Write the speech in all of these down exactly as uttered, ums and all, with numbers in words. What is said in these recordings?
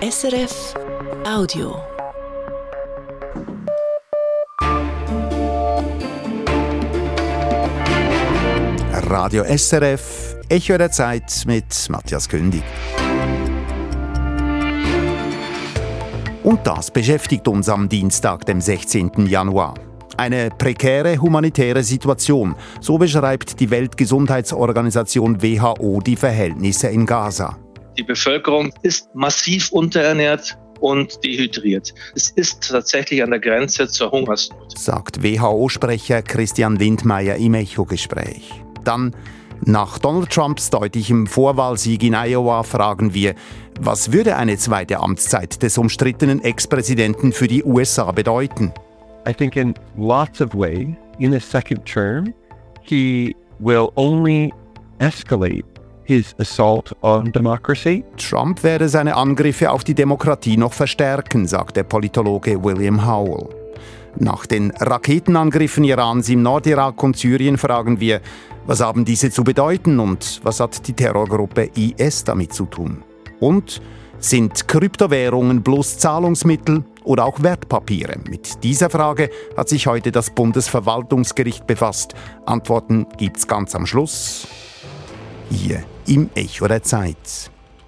S R F Audio. Radio S R F, Echo der Zeit mit Matthias Kündig. Und das beschäftigt uns am Dienstag, dem sechzehnten Januar. Eine prekäre humanitäre Situation, so beschreibt die Weltgesundheitsorganisation W H O die Verhältnisse in Gaza. Die Bevölkerung ist massiv unterernährt und dehydriert. Es ist tatsächlich an der Grenze zur Hungersnot, sagt W H O-Sprecher Christian Lindmeier im Echo-Gespräch. Dann, nach Donald Trumps deutlichem Vorwahlsieg in Iowa, fragen wir, was würde eine zweite Amtszeit des umstrittenen Ex-Präsidenten für die U S A bedeuten? I think in lots of ways, in a second term, he will only escalate his assault on democracy. Trump werde seine Angriffe auf die Demokratie noch verstärken, sagt der Politologe William Howell. Nach den Raketenangriffen Irans im Nordirak und Syrien fragen wir, was haben diese zu bedeuten und was hat die Terrorgruppe I S damit zu tun? Und sind Kryptowährungen bloß Zahlungsmittel oder auch Wertpapiere? Mit dieser Frage hat sich heute das Bundesverwaltungsgericht befasst. Antworten gibt's ganz am Schluss, hier im Echo der Zeit.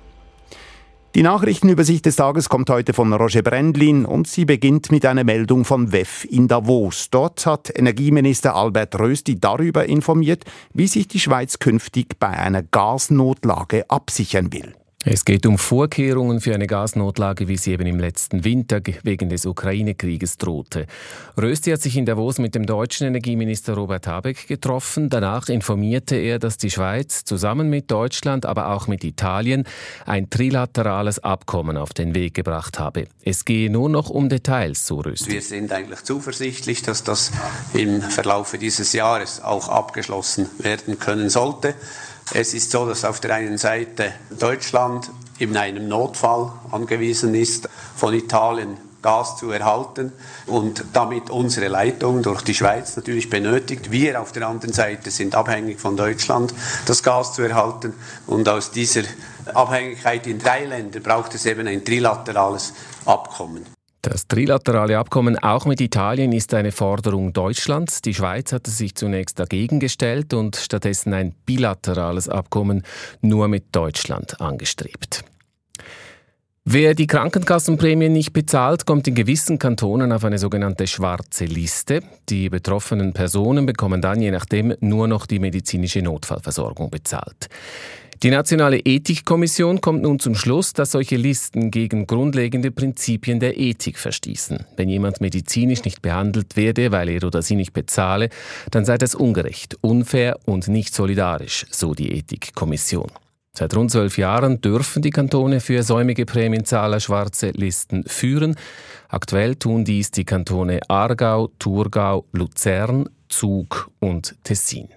Die Nachrichtenübersicht des Tages kommt heute von Roger Brändlin und sie beginnt mit einer Meldung von W E F in Davos. Dort hat Energieminister Albert Rösti darüber informiert, wie sich die Schweiz künftig bei einer Gasnotlage absichern will. Es geht um Vorkehrungen für eine Gasnotlage, wie sie eben im letzten Winter wegen des Ukraine-Krieges drohte. Rösti hat sich in Davos mit dem deutschen Energieminister Robert Habeck getroffen. Danach informierte er, dass die Schweiz zusammen mit Deutschland, aber auch mit Italien ein trilaterales Abkommen auf den Weg gebracht habe. Es gehe nur noch um Details, so Rösti. Wir sind eigentlich zuversichtlich, dass das im Verlauf dieses Jahres auch abgeschlossen werden können sollte. Es ist so, dass auf der einen Seite Deutschland in einem Notfall angewiesen ist, von Italien Gas zu erhalten und damit unsere Leitung durch die Schweiz natürlich benötigt. Wir auf der anderen Seite sind abhängig von Deutschland, das Gas zu erhalten. Und aus dieser Abhängigkeit in drei Ländern braucht es eben ein trilaterales Abkommen. Das trilaterale Abkommen auch mit Italien ist eine Forderung Deutschlands. Die Schweiz hatte sich zunächst dagegen gestellt und stattdessen ein bilaterales Abkommen nur mit Deutschland angestrebt. Wer die Krankenkassenprämien nicht bezahlt, kommt in gewissen Kantonen auf eine sogenannte schwarze Liste. Die betroffenen Personen bekommen dann je nachdem nur noch die medizinische Notfallversorgung bezahlt. Die Nationale Ethikkommission kommt nun zum Schluss, dass solche Listen gegen grundlegende Prinzipien der Ethik verstießen. Wenn jemand medizinisch nicht behandelt werde, weil er oder sie nicht bezahle, dann sei das ungerecht, unfair und nicht solidarisch, so die Ethikkommission. Seit rund zwölf Jahren dürfen die Kantone für säumige Prämienzahler schwarze Listen führen. Aktuell tun dies die Kantone Aargau, Thurgau, Luzern, Zug und Tessin.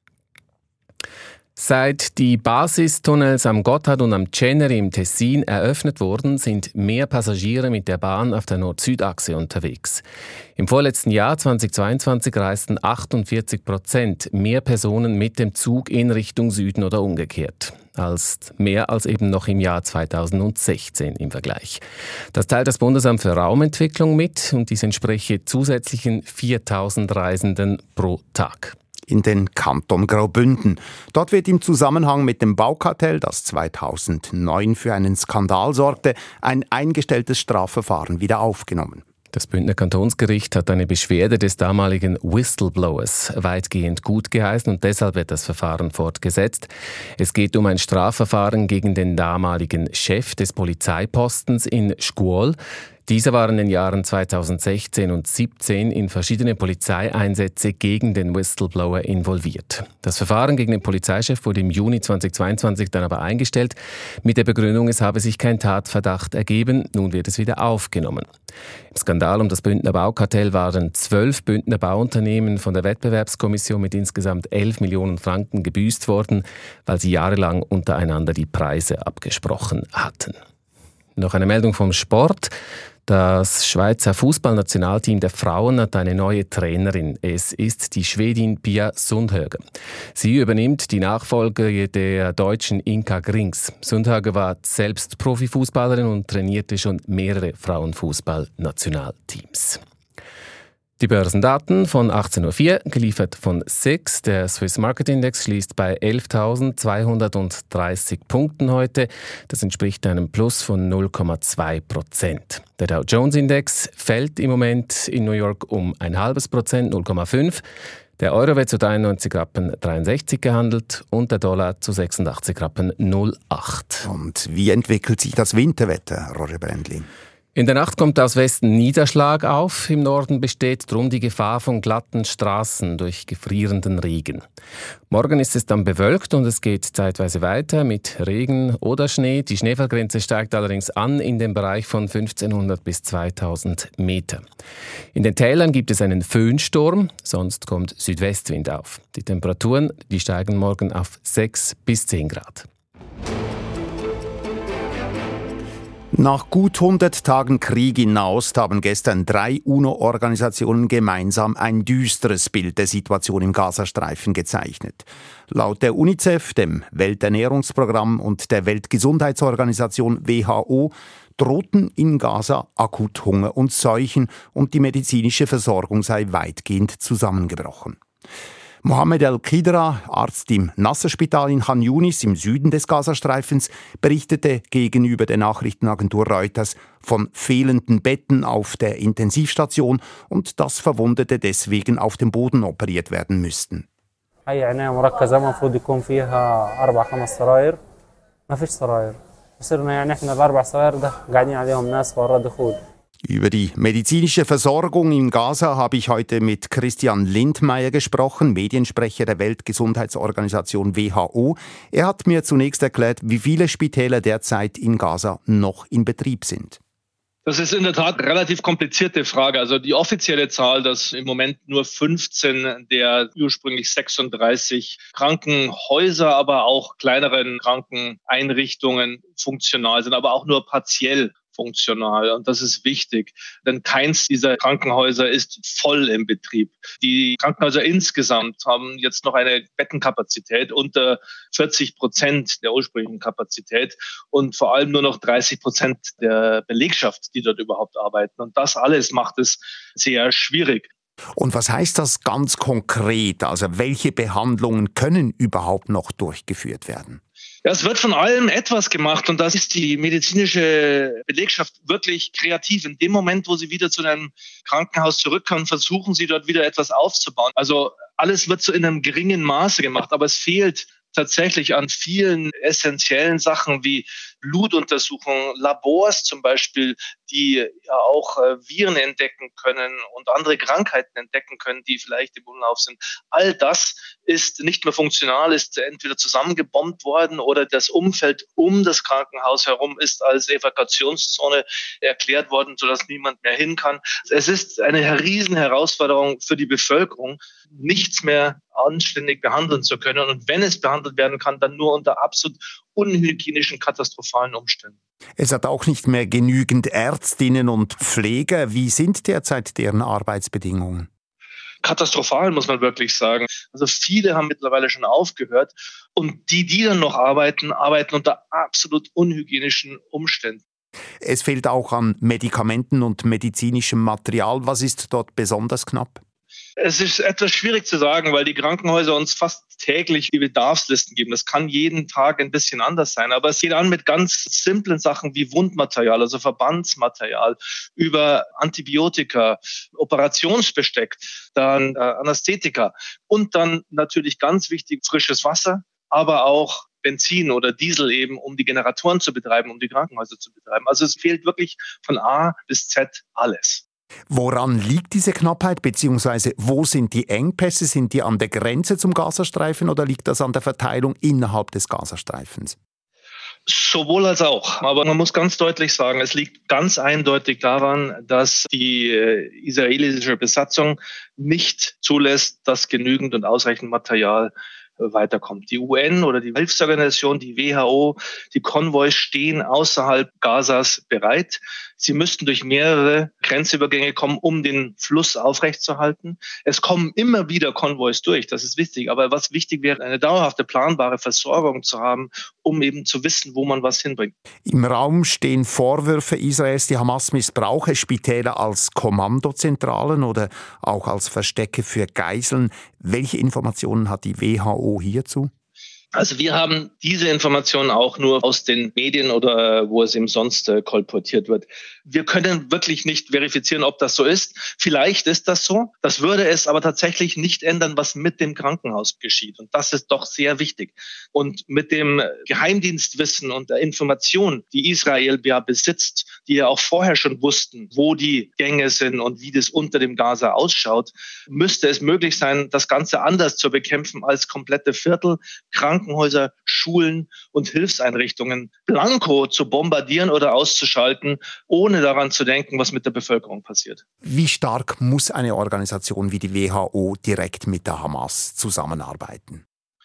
Seit die Basistunnels am Gotthard und am Cenneri im Tessin eröffnet wurden, sind mehr Passagiere mit der Bahn auf der Nord-Süd-Achse unterwegs. Im vorletzten Jahr zweitausendzweiundzwanzig reisten achtundvierzig Prozent mehr Personen mit dem Zug in Richtung Süden oder umgekehrt. Als mehr als eben noch im Jahr zweitausendsechzehn im Vergleich. Das teilt das Bundesamt für Raumentwicklung mit und dies entspreche zusätzlichen viertausend Reisenden pro Tag. In den Kanton Graubünden. Dort wird im Zusammenhang mit dem Baukartell, das zweitausendneun für einen Skandal sorgte, ein eingestelltes Strafverfahren wieder aufgenommen. Das Bündner Kantonsgericht hat eine Beschwerde des damaligen Whistleblowers weitgehend gutgeheißen und deshalb wird das Verfahren fortgesetzt. Es geht um ein Strafverfahren gegen den damaligen Chef des Polizeipostens in Scuol. Dieser war in den Jahren zweitausendsechzehn und zweitausendsiebzehn in verschiedene Polizeieinsätze gegen den Whistleblower involviert. Das Verfahren gegen den Polizeichef wurde im Juni zweitausendzweiundzwanzig dann aber eingestellt, mit der Begründung, es habe sich kein Tatverdacht ergeben. Nun wird es wieder aufgenommen. Im Skandal um das Bündner Baukartell waren zwölf Bündner Bauunternehmen von der Wettbewerbskommission mit insgesamt elf Millionen Franken gebüßt worden, weil sie jahrelang untereinander die Preise abgesprochen hatten. Noch eine Meldung vom Sport. Das Schweizer Fußballnationalteam der Frauen hat eine neue Trainerin. Es ist die Schwedin Pia Sundhage. Sie übernimmt die Nachfolge der deutschen Inka Grings. Sundhage war selbst Profifußballerin und trainierte schon mehrere Frauenfußball-Nationalteams. Die Börsendaten von achtzehn Uhr vier, geliefert von S I X. Der Swiss Market Index schließt bei elftausendzweihundertdreißig Punkten heute. Das entspricht einem Plus von null Komma zwei Prozent. Der Dow Jones Index fällt im Moment in New York um ein halbes Prozent, null Komma fünf. Der Euro wird zu dreiundneunzig Rappen dreiundsechzig gehandelt und der Dollar zu sechsundachtzig Rappen null Komma acht. Und wie entwickelt sich das Winterwetter, Roger Brändli? In der Nacht kommt aus Westen Niederschlag auf. Im Norden besteht drum die Gefahr von glatten Straßen durch gefrierenden Regen. Morgen ist es dann bewölkt und es geht zeitweise weiter mit Regen oder Schnee. Die Schneefallgrenze steigt allerdings an in den Bereich von fünfzehnhundert bis zweitausend Meter. In den Tälern gibt es einen Föhnsturm, sonst kommt Südwestwind auf. Die Temperaturen, die steigen morgen auf sechs bis zehn Grad. Nach gut hundert Tagen Krieg in Nahost haben gestern drei UNO-Organisationen gemeinsam ein düsteres Bild der Situation im Gazastreifen gezeichnet. Laut der UNICEF, dem Welternährungsprogramm und der Weltgesundheitsorganisation W H O drohten in Gaza akut Hunger und Seuchen und die medizinische Versorgung sei weitgehend zusammengebrochen. Mohammed El-Kidra, Arzt im Nasser-Spital in Khan Yunis im Süden des Gazastreifens, berichtete gegenüber der Nachrichtenagentur Reuters von fehlenden Betten auf der Intensivstation und dass Verwundete deswegen auf dem Boden operiert werden müssten. Über die medizinische Versorgung in Gaza habe ich heute mit Christian Lindmeier gesprochen, Mediensprecher der Weltgesundheitsorganisation W H O. Er hat mir zunächst erklärt, wie viele Spitäler derzeit in Gaza noch in Betrieb sind. Das ist in der Tat eine relativ komplizierte Frage. Also die offizielle Zahl, dass im Moment nur fünfzehn der ursprünglich sechsunddreißig Krankenhäuser, aber auch kleineren Krankeneinrichtungen funktional sind, aber auch nur partiell funktional. Und das ist wichtig, denn keins dieser Krankenhäuser ist voll im Betrieb. Die Krankenhäuser insgesamt haben jetzt noch eine Bettenkapazität unter vierzig Prozent der ursprünglichen Kapazität und vor allem nur noch dreißig Prozent der Belegschaft, die dort überhaupt arbeiten. Und das alles macht es sehr schwierig. Und was heißt das ganz konkret? Also welche Behandlungen können überhaupt noch durchgeführt werden? Ja, es wird von allem etwas gemacht und das ist die medizinische Belegschaft wirklich kreativ. In dem Moment, wo sie wieder zu einem Krankenhaus zurückkommen, versuchen sie dort wieder etwas aufzubauen. Also alles wird so in einem geringen Maße gemacht, aber es fehlt tatsächlich an vielen essentiellen Sachen wie Blutuntersuchungen, Labors zum Beispiel, die ja auch äh, Viren entdecken können und andere Krankheiten entdecken können, die vielleicht im Umlauf sind. All das ist nicht mehr funktional, ist entweder zusammengebombt worden oder das Umfeld um das Krankenhaus herum ist als Evakuationszone erklärt worden, sodass niemand mehr hin kann. Es ist eine riesen Herausforderung für die Bevölkerung, nichts mehr anständig behandeln zu können. Und wenn es behandelt werden kann, dann nur unter absolut unhygienischen, katastrophalen Umständen. Es hat auch nicht mehr genügend Ärztinnen und Pfleger. Wie sind derzeit deren Arbeitsbedingungen? Katastrophal, muss man wirklich sagen. Also viele haben mittlerweile schon aufgehört. Und die, die dann noch arbeiten, arbeiten unter absolut unhygienischen Umständen. Es fehlt auch an Medikamenten und medizinischem Material. Was ist dort besonders knapp? Es ist etwas schwierig zu sagen, weil die Krankenhäuser uns fast täglich die Bedarfslisten geben. Das kann jeden Tag ein bisschen anders sein. Aber es geht an mit ganz simplen Sachen wie Wundmaterial, also Verbandsmaterial, über Antibiotika, Operationsbesteck, dann äh, Anästhetika und dann natürlich ganz wichtig frisches Wasser, aber auch Benzin oder Diesel eben, um die Generatoren zu betreiben, um die Krankenhäuser zu betreiben. Also es fehlt wirklich von A bis Z alles. Woran liegt diese Knappheit, beziehungsweise wo sind die Engpässe? Sind die an der Grenze zum Gazastreifen oder liegt das an der Verteilung innerhalb des Gazastreifens? Sowohl als auch. Aber man muss ganz deutlich sagen, es liegt ganz eindeutig daran, dass die äh, israelische Besatzung nicht zulässt, dass genügend und ausreichend Material weiterkommt. Die U N oder die Hilfsorganisation, die W H O, die Konvois stehen außerhalb Gazas bereit. Sie müssten durch mehrere Grenzübergänge kommen, um den Fluss aufrechtzuerhalten. Es kommen immer wieder Konvois durch, das ist wichtig. Aber was wichtig wäre, eine dauerhafte, planbare Versorgung zu haben, um eben zu wissen, wo man was hinbringt. Im Raum stehen Vorwürfe Israels, die Hamas missbrauche Spitäler als Kommandozentralen oder auch als Verstecke für Geiseln. Welche Informationen hat die W H O hierzu? Also wir haben diese Informationen auch nur aus den Medien oder wo es eben sonst äh, kolportiert wird. Wir können wirklich nicht verifizieren, ob das so ist. Vielleicht ist das so. Das würde es aber tatsächlich nicht ändern, was mit dem Krankenhaus geschieht. Und das ist doch sehr wichtig. Und mit dem Geheimdienstwissen und der Information, die Israel ja besitzt, die ja auch vorher schon wussten, wo die Gänge sind und wie das unter dem Gaza ausschaut, müsste es möglich sein, das Ganze anders zu bekämpfen als komplette Viertel, Krankenhäuser, Schulen und Hilfseinrichtungen blanko zu bombardieren oder auszuschalten, ohne daran zu denken, was mit der Bevölkerung passiert. Wie stark muss eine Organisation wie die W H O direkt mit der Hamas zusammenarbeiten?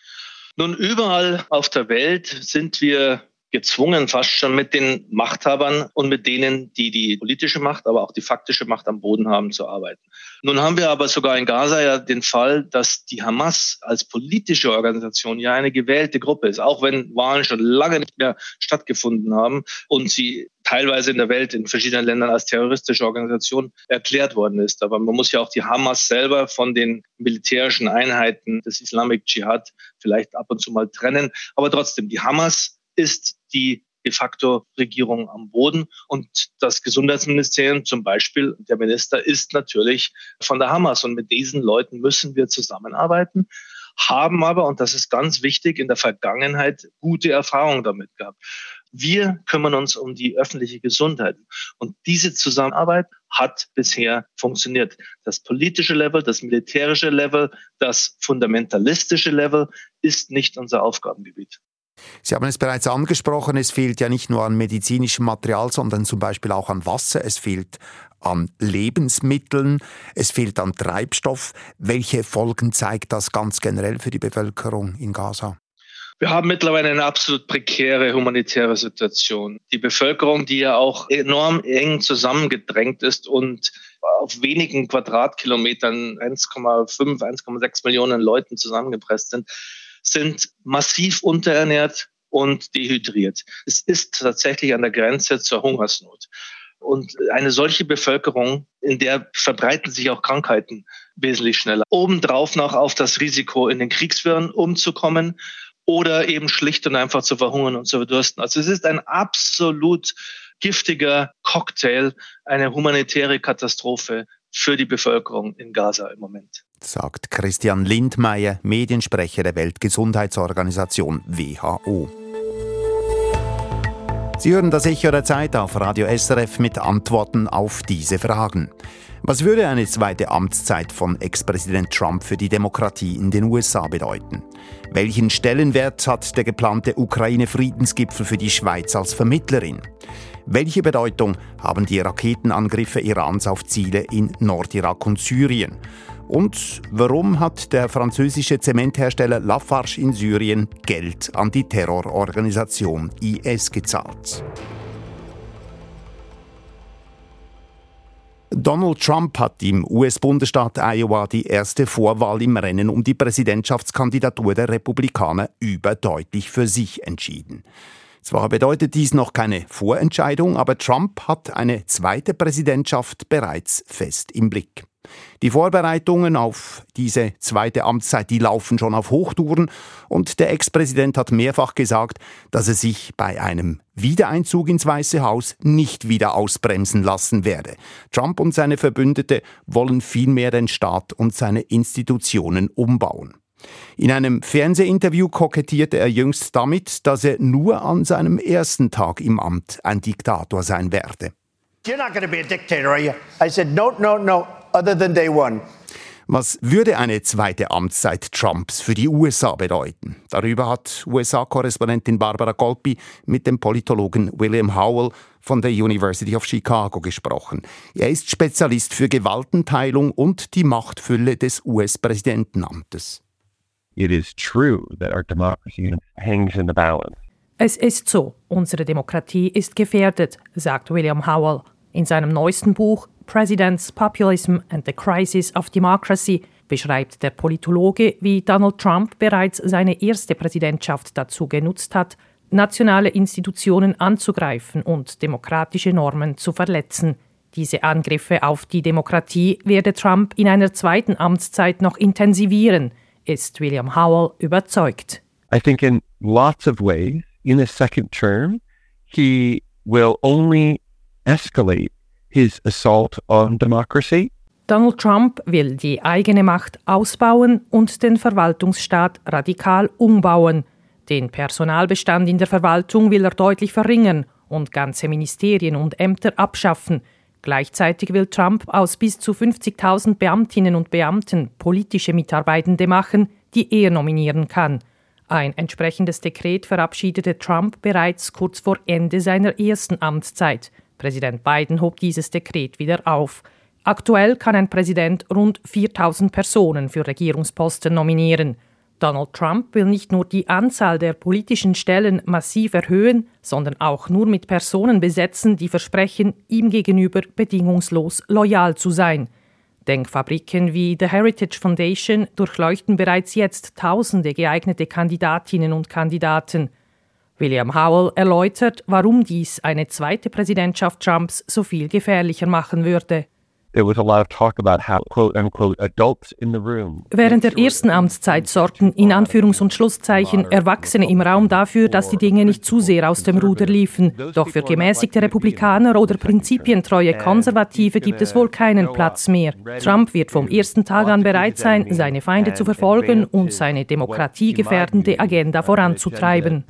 Nun, überall auf der Welt sind wir gezwungen, fast schon mit den Machthabern und mit denen, die die politische Macht, aber auch die faktische Macht am Boden haben, zu arbeiten. Nun haben wir aber sogar in Gaza ja den Fall, dass die Hamas als politische Organisation ja eine gewählte Gruppe ist, auch wenn Wahlen schon lange nicht mehr stattgefunden haben und sie teilweise in der Welt in verschiedenen Ländern als terroristische Organisation erklärt worden ist. Aber man muss ja auch die Hamas selber von den militärischen Einheiten des Islamic Dschihad vielleicht ab und zu mal trennen. Aber trotzdem, die Hamas ist die de facto Regierung am Boden. Und das Gesundheitsministerium zum Beispiel, der Minister, ist natürlich von der Hamas. Und mit diesen Leuten müssen wir zusammenarbeiten, haben aber, und das ist ganz wichtig, in der Vergangenheit gute Erfahrungen damit gehabt. Wir kümmern uns um die öffentliche Gesundheit. Und diese Zusammenarbeit hat bisher funktioniert. Das politische Level, das militärische Level, das fundamentalistische Level ist nicht unser Aufgabengebiet. Sie haben es bereits angesprochen, es fehlt ja nicht nur an medizinischem Material, sondern zum Beispiel auch an Wasser, es fehlt an Lebensmitteln, es fehlt an Treibstoff. Welche Folgen zeigt das ganz generell für die Bevölkerung in Gaza? Wir haben mittlerweile eine absolut prekäre humanitäre Situation. Die Bevölkerung, die ja auch enorm eng zusammengedrängt ist und auf wenigen Quadratkilometern eins Komma fünf, eins Komma sechs Millionen Leuten zusammengepresst sind, sind massiv unterernährt und dehydriert. Es ist tatsächlich an der Grenze zur Hungersnot. Und eine solche Bevölkerung, in der verbreiten sich auch Krankheiten wesentlich schneller. Obendrauf noch auf das Risiko, in den Kriegswirren umzukommen oder eben schlicht und einfach zu verhungern und zu verdursten. Also es ist ein absolut giftiger Cocktail, eine humanitäre Katastrophe für die Bevölkerung in Gaza im Moment. Sagt Christian Lindmeier, Mediensprecher der Weltgesundheitsorganisation W H O. Sie hören das Echo der Zeit auf Radio S R F mit Antworten auf diese Fragen. Was würde eine zweite Amtszeit von Ex-Präsident Trump für die Demokratie in den U S A bedeuten? Welchen Stellenwert hat der geplante Ukraine-Friedensgipfel für die Schweiz als Vermittlerin? Welche Bedeutung haben die Raketenangriffe Irans auf Ziele in Nordirak und Syrien? Und warum hat der französische Zementhersteller Lafarge in Syrien Geld an die Terrororganisation I S gezahlt? Donald Trump hat im U S-Bundesstaat Iowa die erste Vorwahl im Rennen um die Präsidentschaftskandidatur der Republikaner überdeutlich für sich entschieden. Zwar bedeutet dies noch keine Vorentscheidung, aber Trump hat eine zweite Präsidentschaft bereits fest im Blick. Die Vorbereitungen auf diese zweite Amtszeit, die laufen schon auf Hochtouren und der Ex-Präsident hat mehrfach gesagt, dass er sich bei einem Wiedereinzug ins Weiße Haus nicht wieder ausbremsen lassen werde. Trump und seine Verbündete wollen vielmehr den Staat und seine Institutionen umbauen. In einem Fernsehinterview kokettierte er jüngst damit, dass er nur an seinem ersten Tag im Amt ein Diktator sein werde. You're not going to be a dictator, are you? I said, no, no, no, other than day one. Was würde eine zweite Amtszeit Trumps für die U S A bedeuten? Darüber hat U S A-Korrespondentin Barbara Golpi mit dem Politologen William Howell von der University of Chicago gesprochen. Er ist Spezialist für Gewaltenteilung und die Machtfülle des U S-Präsidentenamtes. It is true that our democracy hangs in the balance. Es ist so, unsere Demokratie ist gefährdet, sagt William Howell. In seinem neuesten Buch President's Populism and the Crisis of Democracy beschreibt der Politologe, wie Donald Trump bereits seine erste Präsidentschaft dazu genutzt hat, nationale Institutionen anzugreifen und demokratische Normen zu verletzen. Diese Angriffe auf die Demokratie werde Trump in einer zweiten Amtszeit noch intensivieren, ist William Howell überzeugt. I think in lots of ways, in a second term, he will only escalate his assault on democracy. Donald Trump will die eigene Macht ausbauen und den Verwaltungsstaat radikal umbauen. Den Personalbestand in der Verwaltung will er deutlich verringern und ganze Ministerien und Ämter abschaffen. Gleichzeitig will Trump aus bis zu fünfzigtausend Beamtinnen und Beamten politische Mitarbeitende machen, die er nominieren kann. Ein entsprechendes Dekret verabschiedete Trump bereits kurz vor Ende seiner ersten Amtszeit. Präsident Biden hob dieses Dekret wieder auf. Aktuell kann ein Präsident rund viertausend Personen für Regierungsposten nominieren. Donald Trump will nicht nur die Anzahl der politischen Stellen massiv erhöhen, sondern auch nur mit Personen besetzen, die versprechen, ihm gegenüber bedingungslos loyal zu sein. Denkfabriken wie The Heritage Foundation durchleuchten bereits jetzt tausende geeignete Kandidatinnen und Kandidaten. William Howell erläutert, warum dies eine zweite Präsidentschaft Trumps so viel gefährlicher machen würde. There was a lot of talk about how, quote unquote, adults in the room. Während der ersten Amtszeit sorgten in Anführungs- und Schlusszeichen Erwachsene im Raum dafür, dass die Dinge nicht zu sehr aus dem Ruder liefen. Doch für gemäßigte Republikaner oder prinzipientreue Konservative gibt es wohl keinen Platz mehr. Trump wird vom ersten Tag an bereit sein, seine Feinde zu verfolgen und seine demokratiegefährdende Agenda voranzutreiben.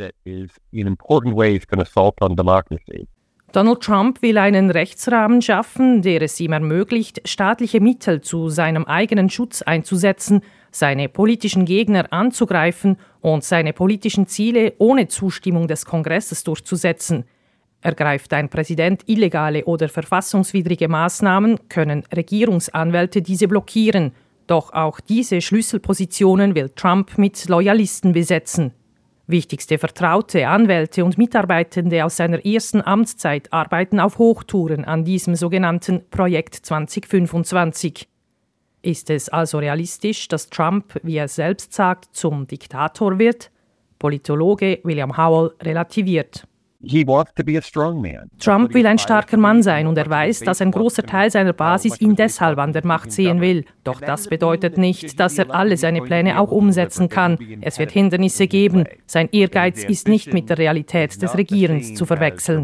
Donald Trump will einen Rechtsrahmen schaffen, der es ihm ermöglicht, staatliche Mittel zu seinem eigenen Schutz einzusetzen, seine politischen Gegner anzugreifen und seine politischen Ziele ohne Zustimmung des Kongresses durchzusetzen. Ergreift ein Präsident illegale oder verfassungswidrige Maßnahmen, können Regierungsanwälte diese blockieren. Doch auch diese Schlüsselpositionen will Trump mit Loyalisten besetzen. Wichtigste Vertraute, Anwälte und Mitarbeitende aus seiner ersten Amtszeit arbeiten auf Hochtouren an diesem sogenannten Projekt zwanzig fünfundzwanzig. Ist es also realistisch, dass Trump, wie er selbst sagt, zum Diktator wird? Politologe William Howell relativiert. He wants to be a strong man. Trump will ein starker Mann sein und er weiß, dass ein großer Teil seiner Basis ihn deshalb an der Macht sehen will. Doch das bedeutet nicht, dass er alle seine Pläne auch umsetzen kann. Es wird Hindernisse geben. Sein Ehrgeiz ist nicht mit der Realität des Regierens zu verwechseln.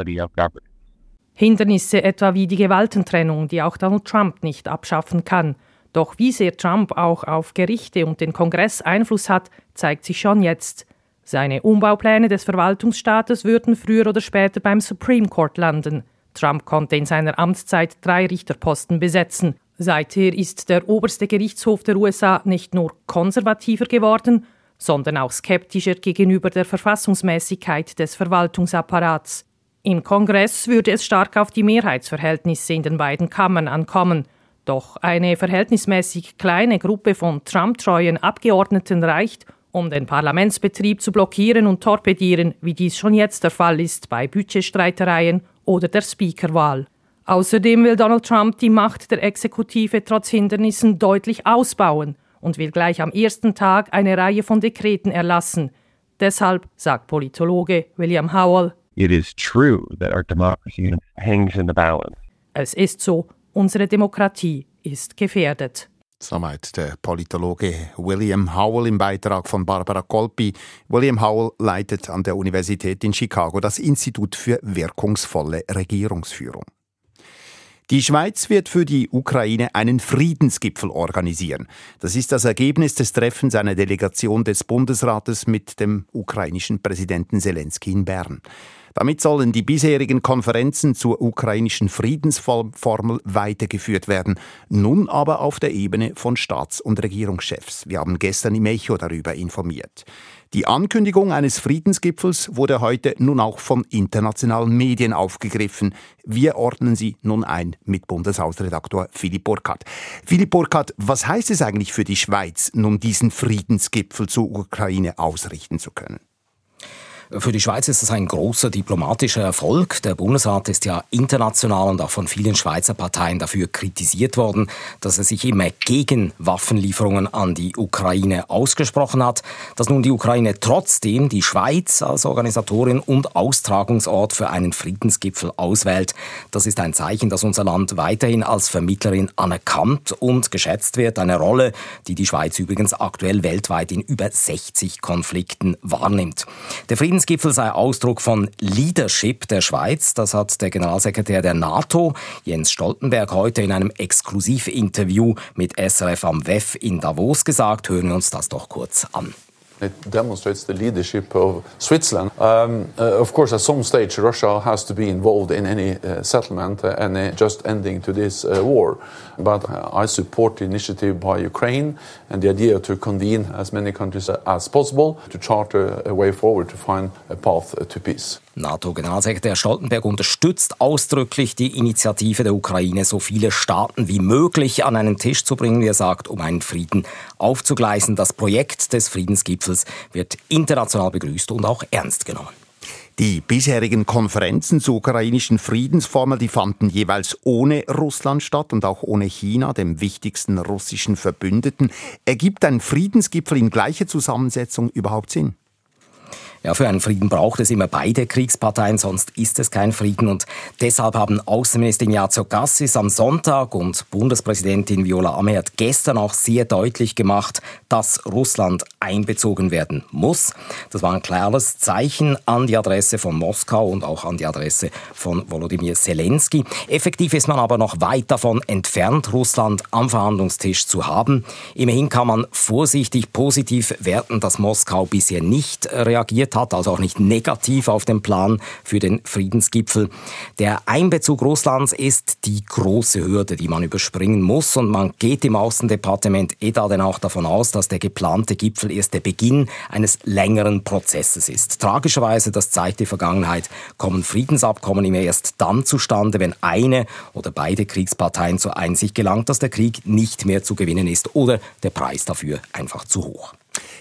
Hindernisse etwa wie die Gewaltentrennung, die auch Donald Trump nicht abschaffen kann. Doch wie sehr Trump auch auf Gerichte und den Kongress Einfluss hat, zeigt sich schon jetzt. Seine Umbaupläne des Verwaltungsstaates würden früher oder später beim Supreme Court landen. Trump konnte in seiner Amtszeit drei Richterposten besetzen. Seither ist der oberste Gerichtshof der U S A nicht nur konservativer geworden, sondern auch skeptischer gegenüber der Verfassungsmäßigkeit des Verwaltungsapparats. Im Kongress würde es stark auf die Mehrheitsverhältnisse in den beiden Kammern ankommen. Doch eine verhältnismäßig kleine Gruppe von Trump-treuen Abgeordneten reicht, um den Parlamentsbetrieb zu blockieren und torpedieren, wie dies schon jetzt der Fall ist bei Budgetstreitereien oder der Speakerwahl. Außerdem will Donald Trump die Macht der Exekutive trotz Hindernissen deutlich ausbauen und will gleich am ersten Tag eine Reihe von Dekreten erlassen. Deshalb, sagt Politologe William Howell, It is true that our democracy hangs in the balance. Es ist so, unsere Demokratie ist gefährdet. Soweit der Politologe William Howell im Beitrag von Barbara Colpi. William Howell leitet an der Universität in Chicago das Institut für wirkungsvolle Regierungsführung. Die Schweiz wird für die Ukraine einen Friedensgipfel organisieren. Das ist das Ergebnis des Treffens einer Delegation des Bundesrates mit dem ukrainischen Präsidenten Selensky in Bern. Damit sollen die bisherigen Konferenzen zur ukrainischen Friedensformel weitergeführt werden, nun aber auf der Ebene von Staats- und Regierungschefs. Wir haben gestern im Echo darüber informiert. Die Ankündigung eines Friedensgipfels wurde heute nun auch von internationalen Medien aufgegriffen. Wir ordnen sie nun ein mit Bundeshausredaktor Philipp Burkhardt. Philipp Burkhardt, was heißt es eigentlich für die Schweiz, nun diesen Friedensgipfel zur Ukraine ausrichten zu können? Für die Schweiz ist es ein großer diplomatischer Erfolg. Der Bundesrat ist ja international und auch von vielen Schweizer Parteien dafür kritisiert worden, dass er sich immer gegen Waffenlieferungen an die Ukraine ausgesprochen hat. Dass nun die Ukraine trotzdem die Schweiz als Organisatorin und Austragungsort für einen Friedensgipfel auswählt, das ist ein Zeichen, dass unser Land weiterhin als Vermittlerin anerkannt und geschätzt wird. Eine Rolle, die die Schweiz übrigens aktuell weltweit in über sechzig Konflikten wahrnimmt. Der Friedensgipfel sei Ausdruck von Leadership der Schweiz. Das hat der Generalsekretär der NATO, Jens Stoltenberg, heute in einem Exklusivinterview mit S R F am W E F in Davos gesagt. Hören wir uns das doch kurz an. It demonstrates the leadership of Switzerland. Um, uh, of course, at some stage, Russia has to be involved in any uh, settlement uh, and uh, just ending to this uh, war. But uh, I support the initiative by Ukraine and the idea to convene as many countries uh, as possible to chart a, a way forward to find a path uh, to peace. NATO-Generalsekretär Stoltenberg unterstützt ausdrücklich die Initiative der Ukraine, so viele Staaten wie möglich an einen Tisch zu bringen, wie er sagt, um einen Frieden aufzugleisen. Das Projekt des Friedensgipfels wird international begrüßt und auch ernst genommen. Die bisherigen Konferenzen zur ukrainischen Friedensformel, die fanden jeweils ohne Russland statt und auch ohne China, dem wichtigsten russischen Verbündeten. Ergibt ein Friedensgipfel in gleicher Zusammensetzung überhaupt Sinn? Ja, für einen Frieden braucht es immer beide Kriegsparteien, sonst ist es kein Frieden. Und deshalb haben Außenministerin Ignazio Cassis am Sonntag und Bundespräsidentin Viola Amherd gestern auch sehr deutlich gemacht, dass Russland einbezogen werden muss. Das war ein klares Zeichen an die Adresse von Moskau und auch an die Adresse von Volodymyr Zelensky. Effektiv ist man aber noch weit davon entfernt, Russland am Verhandlungstisch zu haben. Immerhin kann man vorsichtig positiv werten, dass Moskau bisher nicht reagiert hat, also auch nicht negativ auf den Plan für den Friedensgipfel. Der Einbezug Russlands ist die große Hürde, die man überspringen muss, und man geht im Außendepartement E D A denn auch davon aus, dass der geplante Gipfel erst der Beginn eines längeren Prozesses ist. Tragischerweise, das zeigt die Vergangenheit, kommen Friedensabkommen immer erst dann zustande, wenn eine oder beide Kriegsparteien zur Einsicht gelangt, dass der Krieg nicht mehr zu gewinnen ist oder der Preis dafür einfach zu hoch.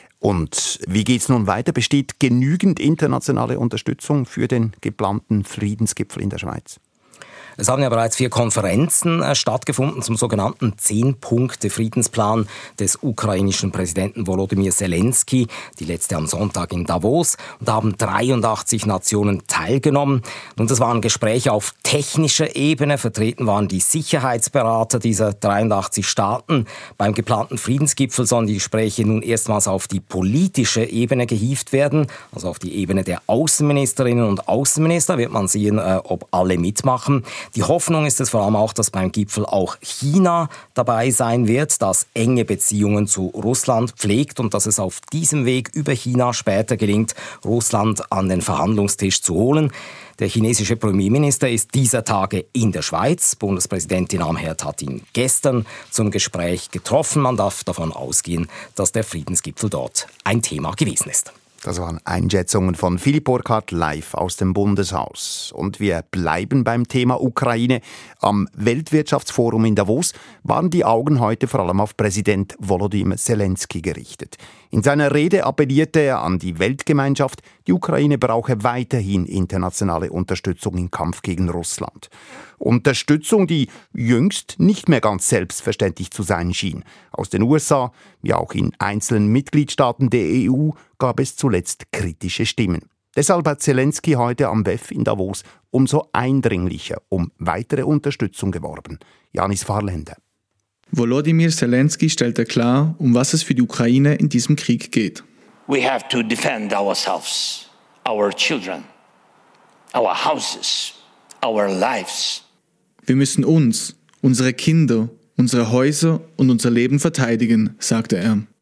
Und wie geht's nun weiter? Besteht genügend internationale Unterstützung für den geplanten Friedensgipfel in der Schweiz? Es haben ja bereits vier Konferenzen äh, stattgefunden zum sogenannten Zehn-Punkte-Friedensplan des ukrainischen Präsidenten Volodymyr Zelensky, die letzte am Sonntag in Davos. Und da haben dreiundachtzig Nationen teilgenommen. Und das waren Gespräche auf technischer Ebene. Vertreten waren die Sicherheitsberater dieser dreiundachtzig Staaten. Beim geplanten Friedensgipfel sollen die Gespräche nun erstmals auf die politische Ebene gehievt werden, also auf die Ebene der Außenministerinnen und Außenminister. Wird man sehen, äh, ob alle mitmachen. Die Hoffnung ist es vor allem auch, dass beim Gipfel auch China dabei sein wird, das enge Beziehungen zu Russland pflegt und dass es auf diesem Weg über China später gelingt, Russland an den Verhandlungstisch zu holen. Der chinesische Premierminister ist dieser Tage in der Schweiz. Bundespräsidentin Amherd hat ihn gestern zum Gespräch getroffen. Man darf davon ausgehen, dass der Friedensgipfel dort ein Thema gewesen ist. Das waren Einschätzungen von Philipp Burkhardt live aus dem Bundeshaus. Und wir bleiben beim Thema Ukraine. Am Weltwirtschaftsforum in Davos waren die Augen heute vor allem auf Präsident Volodymyr Zelensky gerichtet. In seiner Rede appellierte er an die Weltgemeinschaft, die Ukraine brauche weiterhin internationale Unterstützung im Kampf gegen Russland. Unterstützung, die jüngst nicht mehr ganz selbstverständlich zu sein schien. Aus den U S A, wie auch in einzelnen Mitgliedstaaten der E U, gab es zuletzt kritische Stimmen. Deshalb hat Zelensky heute am W E F in Davos umso eindringlicher um weitere Unterstützung geworben. Janis Fahrländer. Volodymyr Zelensky stellte klar, um was es für die Ukraine in diesem Krieg geht. We have to defend ourselves, our children, our houses, our lives. Wir müssen uns, unsere Kinder, unsere Häuser und unser Leben verteidigen, sagte er.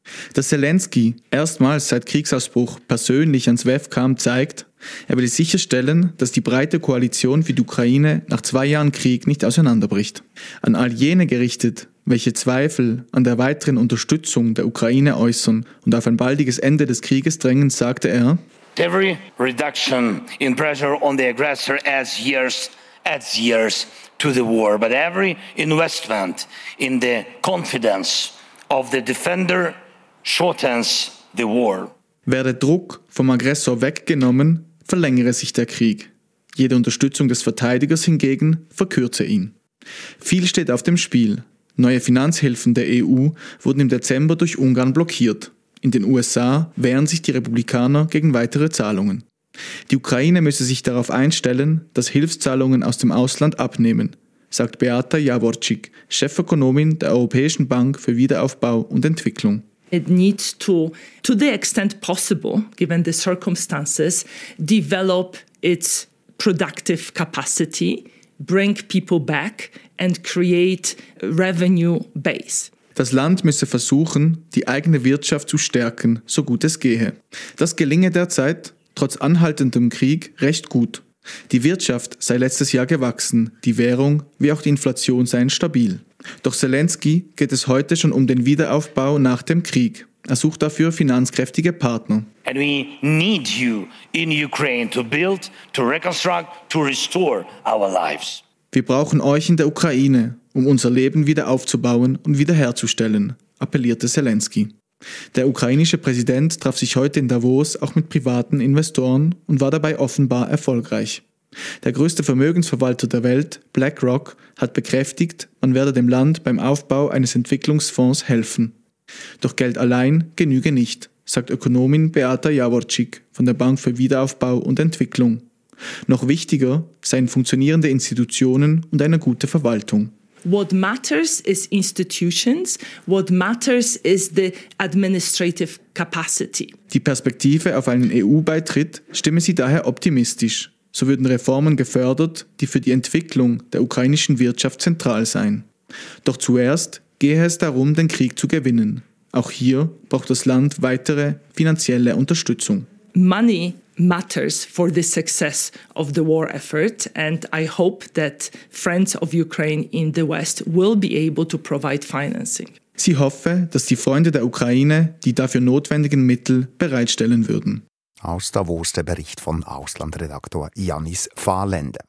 Dass Zelensky erstmals seit Kriegsausbruch persönlich ans W E F kam, zeigt, er will sicherstellen, dass die breite Koalition für die Ukraine nach zwei Jahren Krieg nicht auseinanderbricht. An all jene gerichtet, welche Zweifel an der weiteren Unterstützung der Ukraine äußern und auf ein baldiges Ende des Krieges drängen, sagte er: Every reduction in pressure on the aggressor adds years, adds years to the war, but every investment in the confidence of the defender shortens the war. Werde Druck vom Aggressor weggenommen, verlängere sich der Krieg. Jede Unterstützung des Verteidigers hingegen verkürze ihn. Viel steht auf dem Spiel. Neue Finanzhilfen der E U wurden im Dezember durch Ungarn blockiert. In den U S A wehren sich die Republikaner gegen weitere Zahlungen. Die Ukraine müsse sich darauf einstellen, dass Hilfszahlungen aus dem Ausland abnehmen, sagt Beata Jaworczyk, Chefökonomin der Europäischen Bank für Wiederaufbau und Entwicklung. It needs to, to the extent possible, given the circumstances, develop its productive capacity, bring people back and create a revenue base. Das Land müsse versuchen, die eigene Wirtschaft zu stärken, so gut es gehe. Das gelinge derzeit, trotz anhaltendem Krieg, recht gut. Die Wirtschaft sei letztes Jahr gewachsen, die Währung wie auch die Inflation seien stabil. Doch Zelensky geht es heute schon um den Wiederaufbau nach dem Krieg. Er sucht dafür finanzkräftige Partner. And we need you in Ukraine to build, to reconstruct, to restore our lives. Wir brauchen euch in der Ukraine, um unser Leben wieder aufzubauen und wiederherzustellen, appellierte Zelensky. Der ukrainische Präsident traf sich heute in Davos auch mit privaten Investoren und war dabei offenbar erfolgreich. Der größte Vermögensverwalter der Welt, BlackRock, hat bekräftigt, man werde dem Land beim Aufbau eines Entwicklungsfonds helfen. Doch Geld allein genüge nicht, sagt Ökonomin Beata Jaworczyk von der Bank für Wiederaufbau und Entwicklung. Noch wichtiger seien funktionierende Institutionen und eine gute Verwaltung. What matters is institutions. What matters is the administrative capacity. Die Perspektive auf einen E U-Beitritt stimme sie daher optimistisch. So würden Reformen gefördert, die für die Entwicklung der ukrainischen Wirtschaft zentral seien. Doch zuerst gehe es darum, den Krieg zu gewinnen. Auch hier braucht das Land weitere finanzielle Unterstützung. Money matters for the success of the war effort, and I hope that friends of Ukraine in the West will be able to provide financing. Sie hoffe, dass die Freunde der Ukraine die dafür notwendigen Mittel bereitstellen würden. Aus Davos der Bericht von Auslandredaktor Yannis Fahrländer.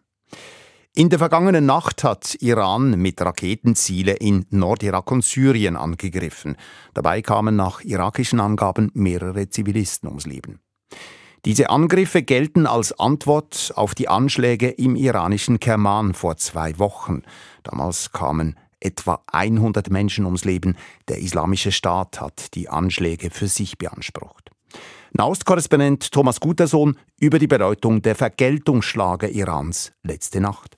In der vergangenen Nacht hat Iran mit Raketenziele in Nordirak und Syrien angegriffen. Dabei kamen nach irakischen Angaben mehrere Zivilisten ums Leben. Diese Angriffe gelten als Antwort auf die Anschläge im iranischen Kerman vor zwei Wochen. Damals kamen etwa hundert Menschen ums Leben. Der Islamische Staat hat die Anschläge für sich beansprucht. Nahostkorrespondent Thomas Gutersohn über die Bedeutung der Vergeltungsschlager Irans letzte Nacht.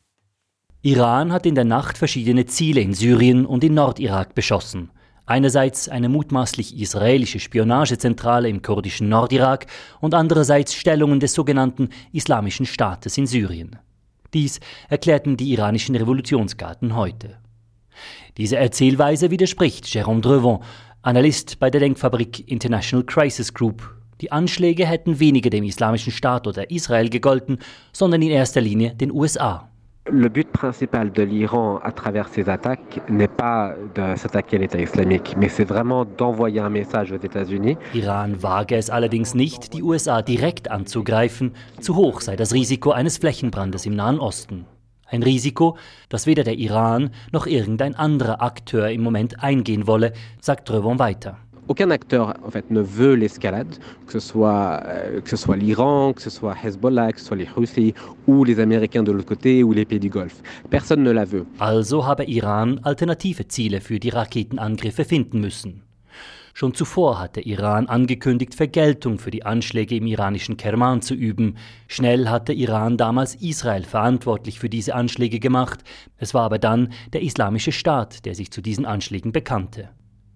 Iran hat in der Nacht verschiedene Ziele in Syrien und in Nordirak beschossen. Einerseits eine mutmaßlich israelische Spionagezentrale im kurdischen Nordirak und andererseits Stellungen des sogenannten Islamischen Staates in Syrien. Dies erklärten die iranischen Revolutionsgarden heute. Diese Erzählweise widerspricht Jérôme Drevon, Analyst bei der Denkfabrik International Crisis Group. Die Anschläge hätten weniger dem Islamischen Staat oder Israel gegolten, sondern in erster Linie den U S A. Le but principal de l'Iran à travers ces attaques n'est pas de s'attaquer à l'État islamique, mais c'est vraiment d'envoyer un message aux États-Unis. Iran wage es allerdings nicht, die U S A direkt anzugreifen. Zu hoch sei das Risiko eines Flächenbrandes im Nahen Osten. Ein Risiko, das weder der Iran noch irgendein anderer Akteur im Moment eingehen wolle, sagt Drevon weiter. Aucun acteur en fait, ne veut l'escalade, que ce soit, euh, que ce soit l'Iran, que ce soit Hezbollah, que ce soit les Houthis ou les Américains de l'autre côté ou les pays du Golfe. Personne ne la veut. Also habe Iran alternative Ziele für die Raketenangriffe finden müssen. Schon zuvor hatte Iran angekündigt, Vergeltung für die Anschläge im iranischen Kerman zu üben. Schnell hatte Iran damals Israel verantwortlich für diese Anschläge gemacht. Es war aber dann der Islamische Staat, der sich zu diesen Anschlägen bekannte.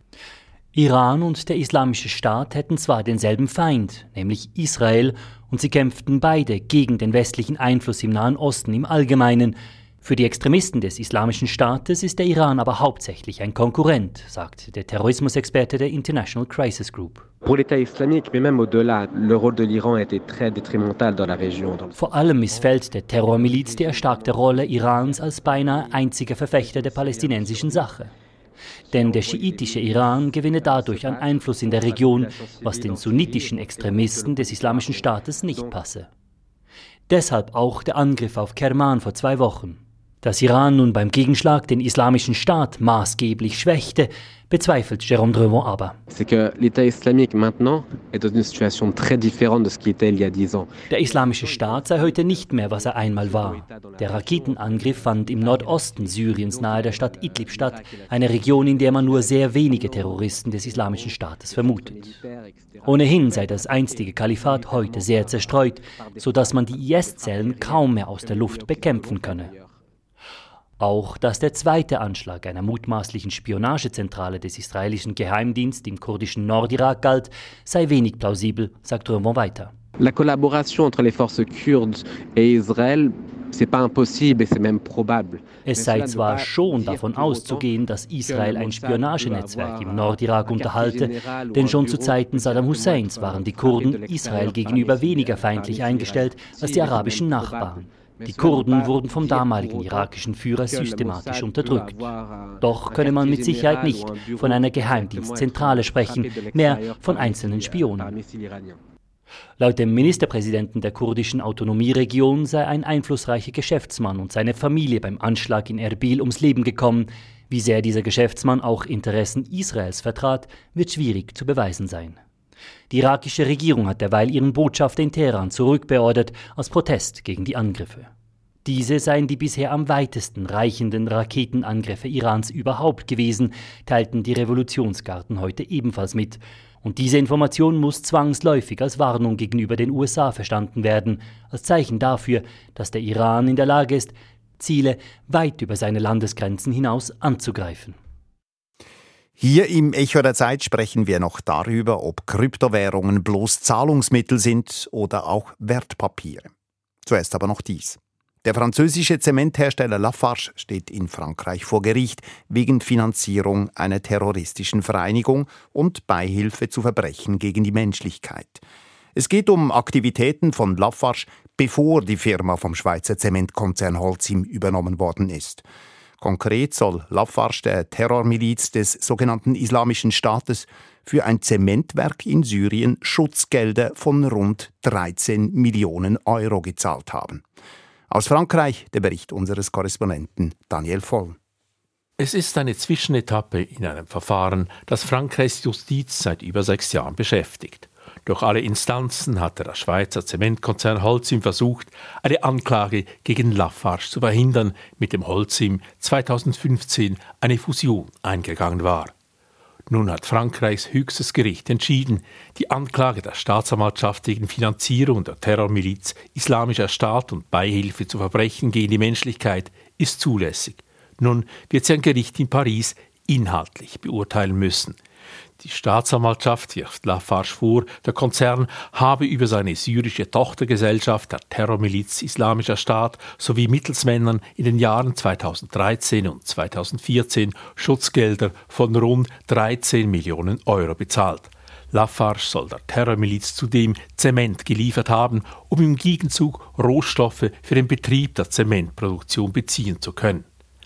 Iran und der Islamische Staat hätten zwar denselben Feind, nämlich Israel, und sie kämpften beide gegen den westlichen Einfluss im Nahen Osten im Allgemeinen. Für die Extremisten des Islamischen Staates ist der Iran aber hauptsächlich ein Konkurrent, sagt der Terrorismusexperte der International Crisis Group. Pour l'État islamique, mais même au-delà, le rôle de l'Iran a été très détrimental dans la région. Vor allem missfällt der Terrormiliz die erstarkte Rolle Irans als beinahe einziger Verfechter der palästinensischen Sache. Denn der schiitische Iran gewinne dadurch an Einfluss in der Region, was den sunnitischen Extremisten des Islamischen Staates nicht passe. Deshalb auch der Angriff auf Kerman vor zwei Wochen. Dass Iran nun beim Gegenschlag den Islamischen Staat maßgeblich schwächte, bezweifelt Jérôme Drevon aber. C'est que l'État islamique maintenant est dans une situation très différente de ce qu'il était il y a dix ans. Der Islamische Staat sei heute nicht mehr, was er einmal war. Der Raketenangriff fand im Nordosten Syriens nahe der Stadt Idlib statt, eine Region, in der man nur sehr wenige Terroristen des Islamischen Staates vermutet. Ohnehin sei das einstige Kalifat heute sehr zerstreut, sodass man die I S-Zellen kaum mehr aus der Luft bekämpfen könne. Auch dass der zweite Anschlag einer mutmaßlichen Spionagezentrale des israelischen Geheimdienstes im kurdischen Nordirak galt, sei wenig plausibel, sagt Drevon weiter. La collaboration entre les forces kurdes et Israël, c'est pas impossible et c'est même probable. Es sei zwar schon davon auszugehen, dass Israel ein Spionagenetzwerk im Nordirak unterhalte, denn schon zu Zeiten Saddam Husseins waren die Kurden Israel gegenüber weniger feindlich eingestellt als die arabischen Nachbarn. Die Kurden wurden vom damaligen irakischen Führer systematisch unterdrückt. Doch könne man mit Sicherheit nicht von einer Geheimdienstzentrale sprechen, mehr von einzelnen Spionen. Laut dem Ministerpräsidenten der kurdischen Autonomieregion sei ein einflussreicher Geschäftsmann und seine Familie beim Anschlag in Erbil ums Leben gekommen. Wie sehr dieser Geschäftsmann auch Interessen Israels vertrat, wird schwierig zu beweisen sein. Die irakische Regierung hat derweil ihren Botschafter in Teheran zurückbeordert, aus Protest gegen die Angriffe. Diese seien die bisher am weitesten reichenden Raketenangriffe Irans überhaupt gewesen, teilten die Revolutionsgarden heute ebenfalls mit. Und diese Information muss zwangsläufig als Warnung gegenüber den U S A verstanden werden, als Zeichen dafür, dass der Iran in der Lage ist, Ziele weit über seine Landesgrenzen hinaus anzugreifen. Hier im Echo der Zeit sprechen wir noch darüber, ob Kryptowährungen bloß Zahlungsmittel sind oder auch Wertpapiere. Zuerst aber noch dies. Der französische Zementhersteller Lafarge steht in Frankreich vor Gericht wegen Finanzierung einer terroristischen Vereinigung und Beihilfe zu Verbrechen gegen die Menschlichkeit. Es geht um Aktivitäten von Lafarge, bevor die Firma vom Schweizer Zementkonzern Holcim übernommen worden ist. Konkret soll Lafarge der Terrormiliz des sogenannten Islamischen Staates für ein Zementwerk in Syrien Schutzgelder von rund dreizehn Millionen Euro gezahlt haben. Aus Frankreich der Bericht unseres Korrespondenten Daniel Voll. Es ist eine Zwischenetappe in einem Verfahren, das Frankreichs Justiz seit über sechs Jahren beschäftigt. Durch alle Instanzen hatte der Schweizer Zementkonzern Holcim versucht, eine Anklage gegen Lafarge zu verhindern, mit dem Holcim zweitausendfünfzehn eine Fusion eingegangen war. Nun hat Frankreichs höchstes Gericht entschieden, die Anklage der Staatsanwaltschaft wegen Finanzierung der Terrormiliz Islamischer Staat und Beihilfe zu Verbrechen gegen die Menschlichkeit ist zulässig. Nun wird sie ein Gericht in Paris inhaltlich beurteilen müssen. Die Staatsanwaltschaft wirft Lafarge vor, der Konzern habe über seine syrische Tochtergesellschaft der Terrormiliz Islamischer Staat sowie Mittelsmännern in den Jahren zweitausenddreizehn und zweitausendvierzehn Schutzgelder von rund dreizehn Millionen Euro bezahlt. Lafarge soll der Terrormiliz zudem Zement geliefert haben, um im Gegenzug Rohstoffe für den Betrieb der Zementproduktion beziehen zu können.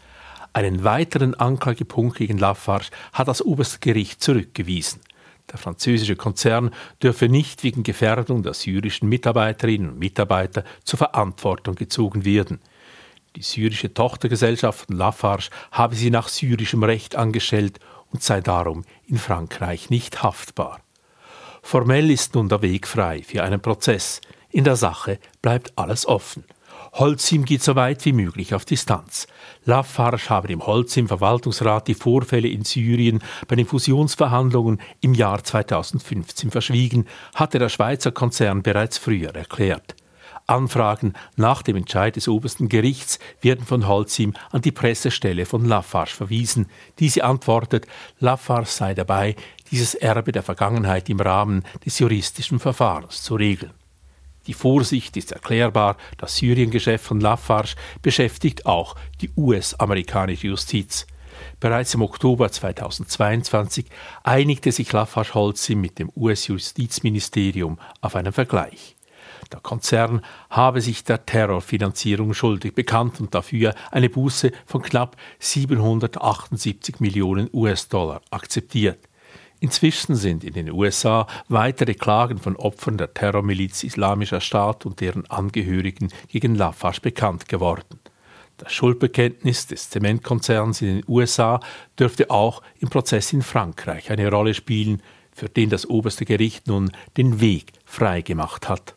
Einen weiteren Anklagepunkt gegen Lafarge hat das oberste Gericht zurückgewiesen. Der französische Konzern dürfe nicht wegen Gefährdung der syrischen Mitarbeiterinnen und Mitarbeiter zur Verantwortung gezogen werden. Die syrische Tochtergesellschaft von Lafarge habe sie nach syrischem Recht angestellt und sei darum in Frankreich nicht haftbar. Formell ist nun der Weg frei für einen Prozess. In der Sache bleibt alles offen. Holcim geht so weit wie möglich auf Distanz. Lafarge habe dem Holcim-Verwaltungsrat die Vorfälle in Syrien bei den Fusionsverhandlungen im Jahr zweitausendfünfzehn verschwiegen, hatte der Schweizer Konzern bereits früher erklärt. Anfragen nach dem Entscheid des obersten Gerichts werden von Holcim an die Pressestelle von Lafarge verwiesen. Diese antwortet, Lafarge sei dabei, dieses Erbe der Vergangenheit im Rahmen des juristischen Verfahrens zu regeln. Die Vorsicht ist erklärbar, das Syrien-Geschäft von Lafarge beschäftigt auch die U S-amerikanische Justiz. Bereits im Oktober zweitausendzweiundzwanzig einigte sich Lafarge-Holcim mit dem U S-Justizministerium auf einen Vergleich. Der Konzern habe sich der Terrorfinanzierung schuldig bekannt und dafür eine Buße von knapp siebenhundertachtundsiebzig Millionen U S-Dollar akzeptiert. Inzwischen sind in den U S A weitere Klagen von Opfern der Terrormiliz Islamischer Staat und deren Angehörigen gegen Lafarge bekannt geworden. Das Schuldbekenntnis des Zementkonzerns in den U S A dürfte auch im Prozess in Frankreich eine Rolle spielen, für den das oberste Gericht nun den Weg freigemacht hat.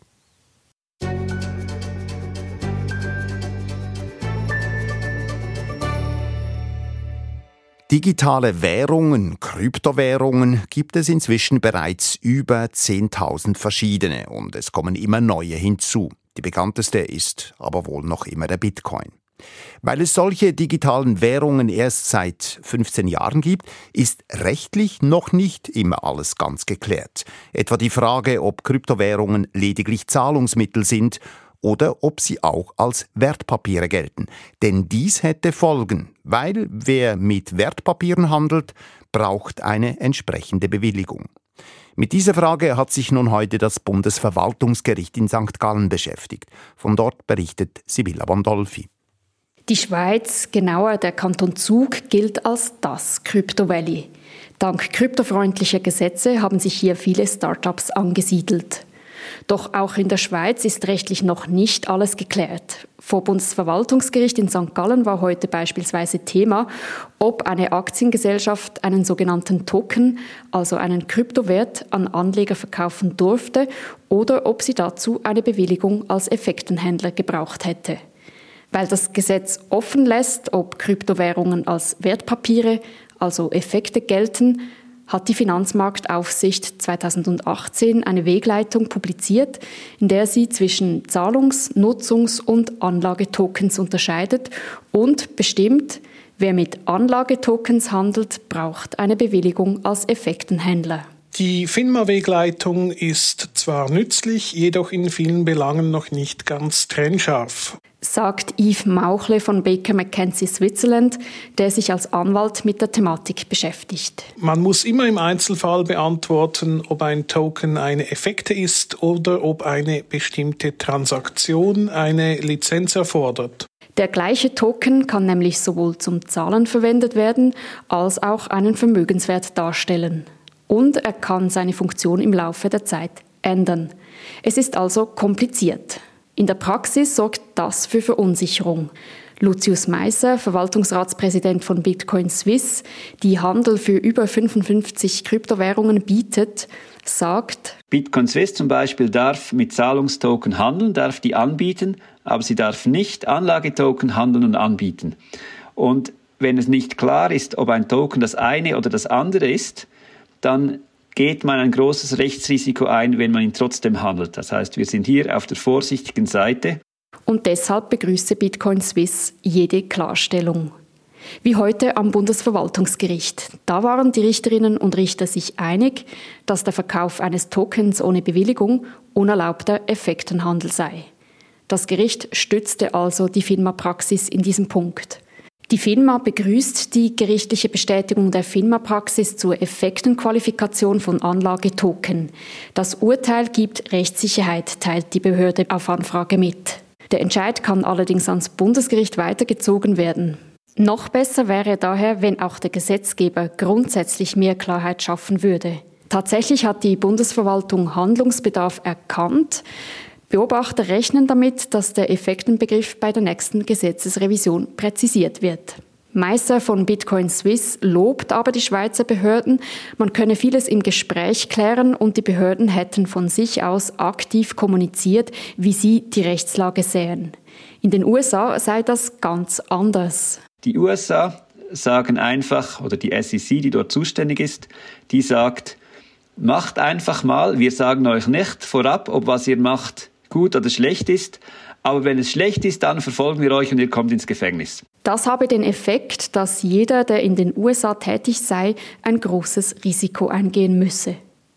Digitale Währungen, Kryptowährungen gibt es inzwischen bereits über zehntausend verschiedene und es kommen immer neue hinzu. Die bekannteste ist aber wohl noch immer der Bitcoin. Weil es solche digitalen Währungen erst seit fünfzehn Jahren gibt, ist rechtlich noch nicht immer alles ganz geklärt. Etwa die Frage, ob Kryptowährungen lediglich Zahlungsmittel sind oder ob sie auch als Wertpapiere gelten. Denn dies hätte Folgen, weil wer mit Wertpapieren handelt, braucht eine entsprechende Bewilligung. Mit dieser Frage hat sich nun heute das Bundesverwaltungsgericht in Sankt Gallen beschäftigt. Von dort berichtet Sibylla Bondolfi. Die Schweiz, genauer der Kanton Zug, gilt als das Crypto Valley. Dank kryptofreundlicher Gesetze haben sich hier viele Start-ups angesiedelt. Doch auch in der Schweiz ist rechtlich noch nicht alles geklärt. Vor Bundesverwaltungsgericht in Sankt Gallen war heute beispielsweise Thema, ob eine Aktiengesellschaft einen sogenannten Token, also einen Kryptowert, an Anleger verkaufen durfte oder ob sie dazu eine Bewilligung als Effektenhändler gebraucht hätte. Weil das Gesetz offen lässt, ob Kryptowährungen als Wertpapiere, also Effekte gelten, hat die Finanzmarktaufsicht zweitausendachtzehn eine Wegleitung publiziert, in der sie zwischen Zahlungs-, Nutzungs- und Anlagetokens unterscheidet und bestimmt, wer mit Anlagetokens handelt, braucht eine Bewilligung als Effektenhändler. Die FINMA-Wegleitung ist zwar nützlich, jedoch in vielen Belangen noch nicht ganz trennscharf, sagt Yves Mauchle von Baker McKenzie Switzerland, der sich als Anwalt mit der Thematik beschäftigt. Man muss immer im Einzelfall beantworten, ob ein Token eine Effekte ist oder ob eine bestimmte Transaktion eine Lizenz erfordert. Der gleiche Token kann nämlich sowohl zum Zahlen verwendet werden, als auch einen Vermögenswert darstellen. Und er kann seine Funktion im Laufe der Zeit ändern. Es ist also kompliziert. In der Praxis sorgt das für Verunsicherung. Lucius Meisser, Verwaltungsratspräsident von Bitcoin Swiss, die Handel für über fünfundfünfzig Kryptowährungen bietet, sagt: Bitcoin Swiss zum Beispiel darf mit Zahlungstoken handeln, darf die anbieten, aber sie darf nicht Anlagetoken handeln und anbieten. Und wenn es nicht klar ist, ob ein Token das eine oder das andere ist, dann geht man ein großes Rechtsrisiko ein, wenn man ihn trotzdem handelt. Das heißt, wir sind hier auf der vorsichtigen Seite. Und deshalb begrüße Bitcoin Swiss jede Klarstellung. Wie heute am Bundesverwaltungsgericht. Da waren die Richterinnen und Richter sich einig, dass der Verkauf eines Tokens ohne Bewilligung unerlaubter Effektenhandel sei. Das Gericht stützte also die FINMA-Praxis in diesem Punkt. Die FINMA begrüßt die gerichtliche Bestätigung der FINMA-Praxis zur Effektenqualifikation von Anlagetoken. Das Urteil gibt Rechtssicherheit, teilt die Behörde auf Anfrage mit. Der Entscheid kann allerdings ans Bundesgericht weitergezogen werden. Noch besser wäre daher, wenn auch der Gesetzgeber grundsätzlich mehr Klarheit schaffen würde. Tatsächlich hat die Bundesverwaltung Handlungsbedarf erkannt. Beobachter rechnen damit, dass der Effektenbegriff bei der nächsten Gesetzesrevision präzisiert wird. Meisser von Bitcoin Swiss lobt aber die Schweizer Behörden. Man könne vieles im Gespräch klären und die Behörden hätten von sich aus aktiv kommuniziert, wie sie die Rechtslage sähen. In den U S A sei das ganz anders. Die U S A sagen einfach, oder die S E C, die dort zuständig ist, die sagt, macht einfach mal, wir sagen euch nicht vorab, ob was ihr macht gut oder schlecht ist, aber wenn es schlecht ist, dann verfolgen wir euch und ihr kommt ins Gefängnis. Das habe den Effekt, dass jeder, der in den U S A tätig sei, ein großes Risiko eingehen müsse.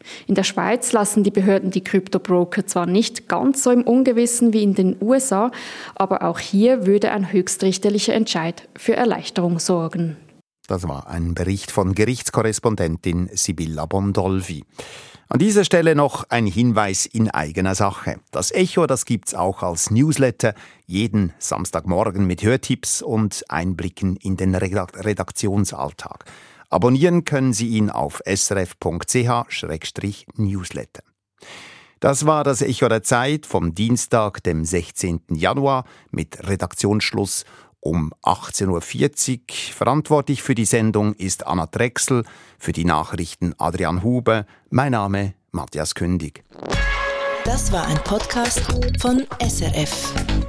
In der Schweiz lassen die Behörden die Kryptobroker zwar nicht ganz so im Ungewissen wie in den U S A, aber auch hier würde ein höchstrichterlicher Entscheid für Erleichterung sorgen. Das war ein Bericht von Gerichtskorrespondentin Sibylla Bondolvi. An dieser Stelle noch ein Hinweis in eigener Sache. Das Echo, das gibt's auch als Newsletter jeden Samstagmorgen mit Hörtipps und Einblicken in den Redaktionsalltag. Abonnieren können Sie ihn auf s r f punkt c h slash newsletter. Das war das Echo der Zeit vom Dienstag, dem sechzehnten Januar mit Redaktionsschluss um achtzehn Uhr vierzig. Verantwortlich für die Sendung ist Anna Drechsel, für die Nachrichten Adrian Huber. Mein Name Matthias Kündig. Das war ein Podcast von S R F.